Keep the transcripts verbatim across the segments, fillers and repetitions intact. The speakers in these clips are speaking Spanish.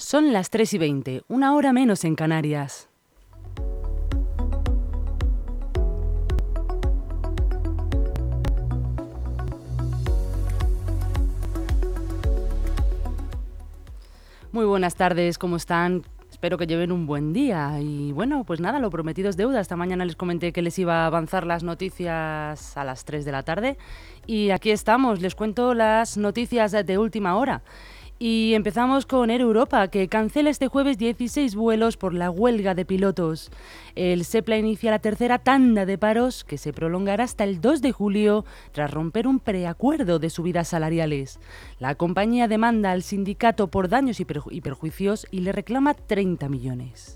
Son las tres y veinte, una hora menos en Canarias. Muy buenas tardes, ¿cómo están? Espero que lleven un buen día y bueno, pues nada, lo prometido es deuda. Esta mañana les comenté que les iba a avanzar las noticias a las tres de la tarde y aquí estamos, les cuento las noticias de última hora. Y empezamos con Air Europa, que cancela este jueves dieciséis vuelos por la huelga de pilotos. El SEPLA inicia la tercera tanda de paros, que se prolongará hasta el dos de julio, tras romper un preacuerdo de subidas salariales. La compañía demanda al sindicato por daños y, perju- y perjuicios y le reclama treinta millones.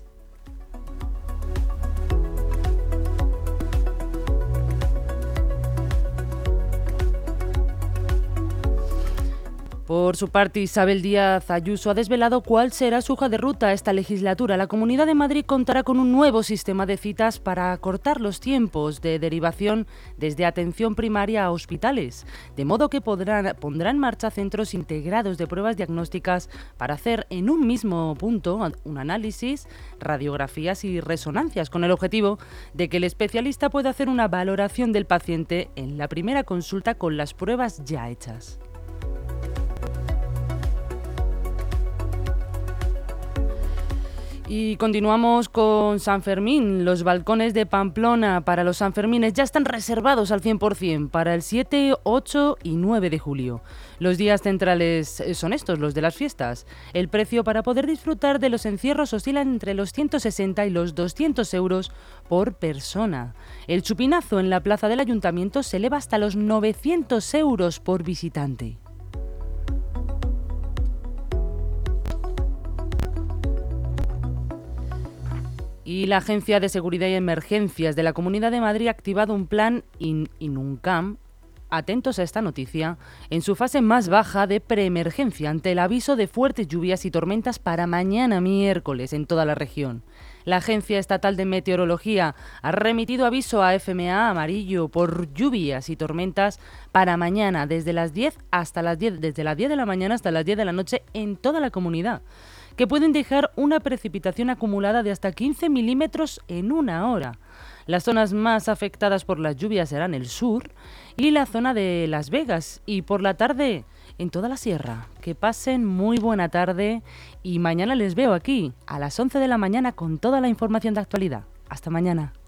Por su parte, Isabel Díaz Ayuso ha desvelado cuál será su hoja de ruta esta legislatura. La Comunidad de Madrid contará con un nuevo sistema de citas para acortar los tiempos de derivación desde atención primaria a hospitales, de modo que podrán, pondrá en marcha centros integrados de pruebas diagnósticas para hacer en un mismo punto un análisis, radiografías y resonancias, con el objetivo de que el especialista pueda hacer una valoración del paciente en la primera consulta con las pruebas ya hechas. Y continuamos con San Fermín. Los balcones de Pamplona para los Sanfermines ya están reservados al cien por ciento para el siete, ocho y nueve de julio. Los días centrales son estos, los de las fiestas. El precio para poder disfrutar de los encierros oscila entre los ciento sesenta y los doscientos euros por persona. El chupinazo en la plaza del Ayuntamiento se eleva hasta los novecientos euros por visitante. Y la Agencia de Seguridad y Emergencias de la Comunidad de Madrid ha activado un plan In- INUNCAM, atentos a esta noticia, en su fase más baja de preemergencia ante el aviso de fuertes lluvias y tormentas para mañana miércoles en toda la región. La Agencia Estatal de Meteorología ha remitido aviso a F M A amarillo por lluvias y tormentas para mañana desde las diez hasta las diez, desde las diez de la mañana hasta las diez de la noche en toda la comunidad, que pueden dejar una precipitación acumulada de hasta quince milímetros en una hora. Las zonas más afectadas por las lluvias serán el sur y la zona de Las Vegas, y por la tarde en toda la sierra. Que pasen muy buena tarde y mañana les veo aquí a las once de la mañana con toda la información de actualidad. Hasta mañana.